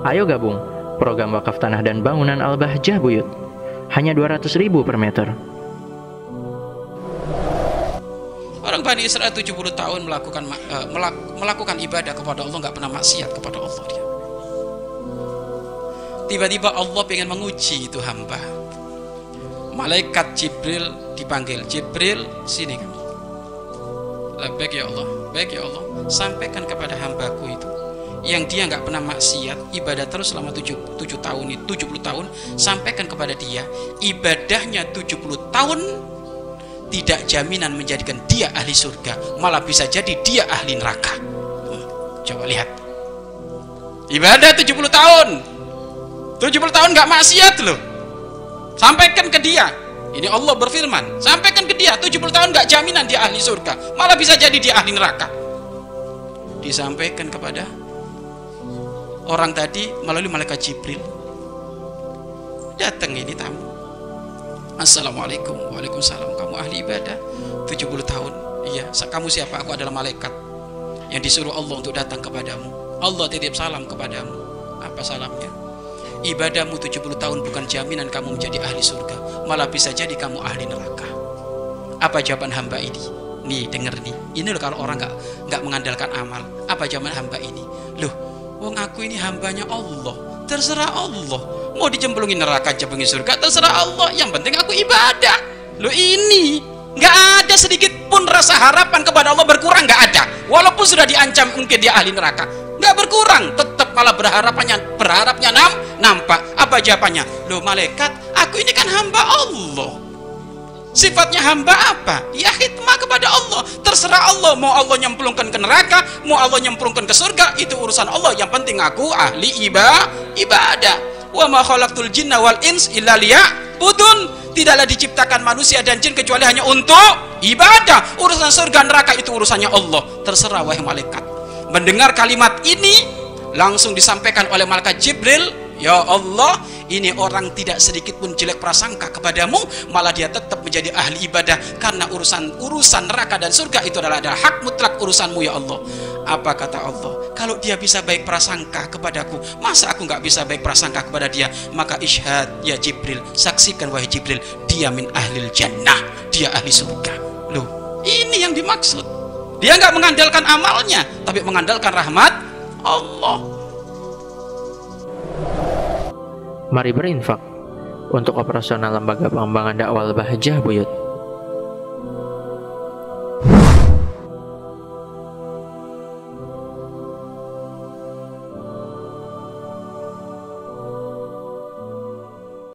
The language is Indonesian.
Ayo gabung program wakaf tanah dan bangunan Al-Bahjah Buyut. Hanya 200.000 per meter. Orang Bani Israel 70 tahun melakukan ibadah kepada Allah, nggak pernah maksiat kepada Allah dia. Tiba-tiba Allah pengen menguji itu hamba. Malaikat Jibril dipanggil, Jibril sini kamu. Baik ya Allah, baik ya Allah, sampaikan kepada hambaku itu yang dia nggak pernah maksiat, ibadah terus selama 70 tahun, sampaikan kepada dia, ibadahnya 70 tahun tidak jaminan menjadikan dia ahli surga, malah bisa jadi dia ahli neraka. Coba lihat, ibadah 70 tahun nggak maksiat loh, sampaikan ke dia. Ini Allah berfirman, sampaikan ke dia 70 tahun nggak jaminan dia ahli surga, malah bisa jadi dia ahli neraka. Disampaikan kepada orang tadi melalui malaikat Jibril. Datang ini tamu. Assalamualaikum. Waalaikumsalam. Kamu ahli ibadah 70 tahun. Iya. Kamu siapa? Aku adalah malaikat yang disuruh Allah untuk datang kepadamu. Allah titip salam kepadamu. Apa salamnya? Ibadahmu 70 tahun bukan jaminan kamu menjadi ahli surga, malah bisa jadi kamu ahli neraka. Apa jawaban hamba ini? Nih, denger nih. Ini loh kalau orang nggak mengandalkan amal. Apa jawaban hamba ini? Loh, wong aku ini hambanya Allah, terserah Allah, mau dicemplungin neraka, cemplungin surga, terserah Allah, yang penting aku ibadah. Lo ini nggak ada sedikit pun rasa harapan kepada Allah berkurang, nggak ada. Walaupun sudah diancam mungkin dia ahli neraka, nggak berkurang, tetap malah berharapnya nampak. Apa jawabannya? Lo malaikat, aku ini kan hamba Allah. Sifatnya hamba apa? Ya khidmah kepada Allah. Terserah Allah, mau Allah nyemplungkan ke neraka, mau Allah nyemplungkan ke surga, itu urusan Allah. Yang penting aku ahli ibadah. Wa ma khalaqtul jinna wal ins illa liya'budun. Tidaklah diciptakan manusia dan jin kecuali hanya untuk ibadah. Urusan surga neraka itu urusannya Allah. Terserah wahai malaikat. Mendengar kalimat ini langsung disampaikan oleh malaikat Jibril, ya Allah, ini orang tidak sedikit pun jelek prasangka kepadamu, malah dia tetap menjadi ahli ibadah, karena urusan neraka dan surga itu adalah hak mutlak urusanmu ya Allah. Apa kata Allah? Kalau dia bisa baik prasangka kepadaku, masa aku nggak bisa baik prasangka kepada dia? Maka ishad ya Jibril, saksikan wahai Jibril, dia min ahlil jannah, dia ahli surga. Loh, ini yang dimaksud. Dia nggak mengandalkan amalnya, tapi mengandalkan rahmat Allah. Mari berinfak untuk operasional lembaga pengembangan dakwah Al-Bahjah Buyut.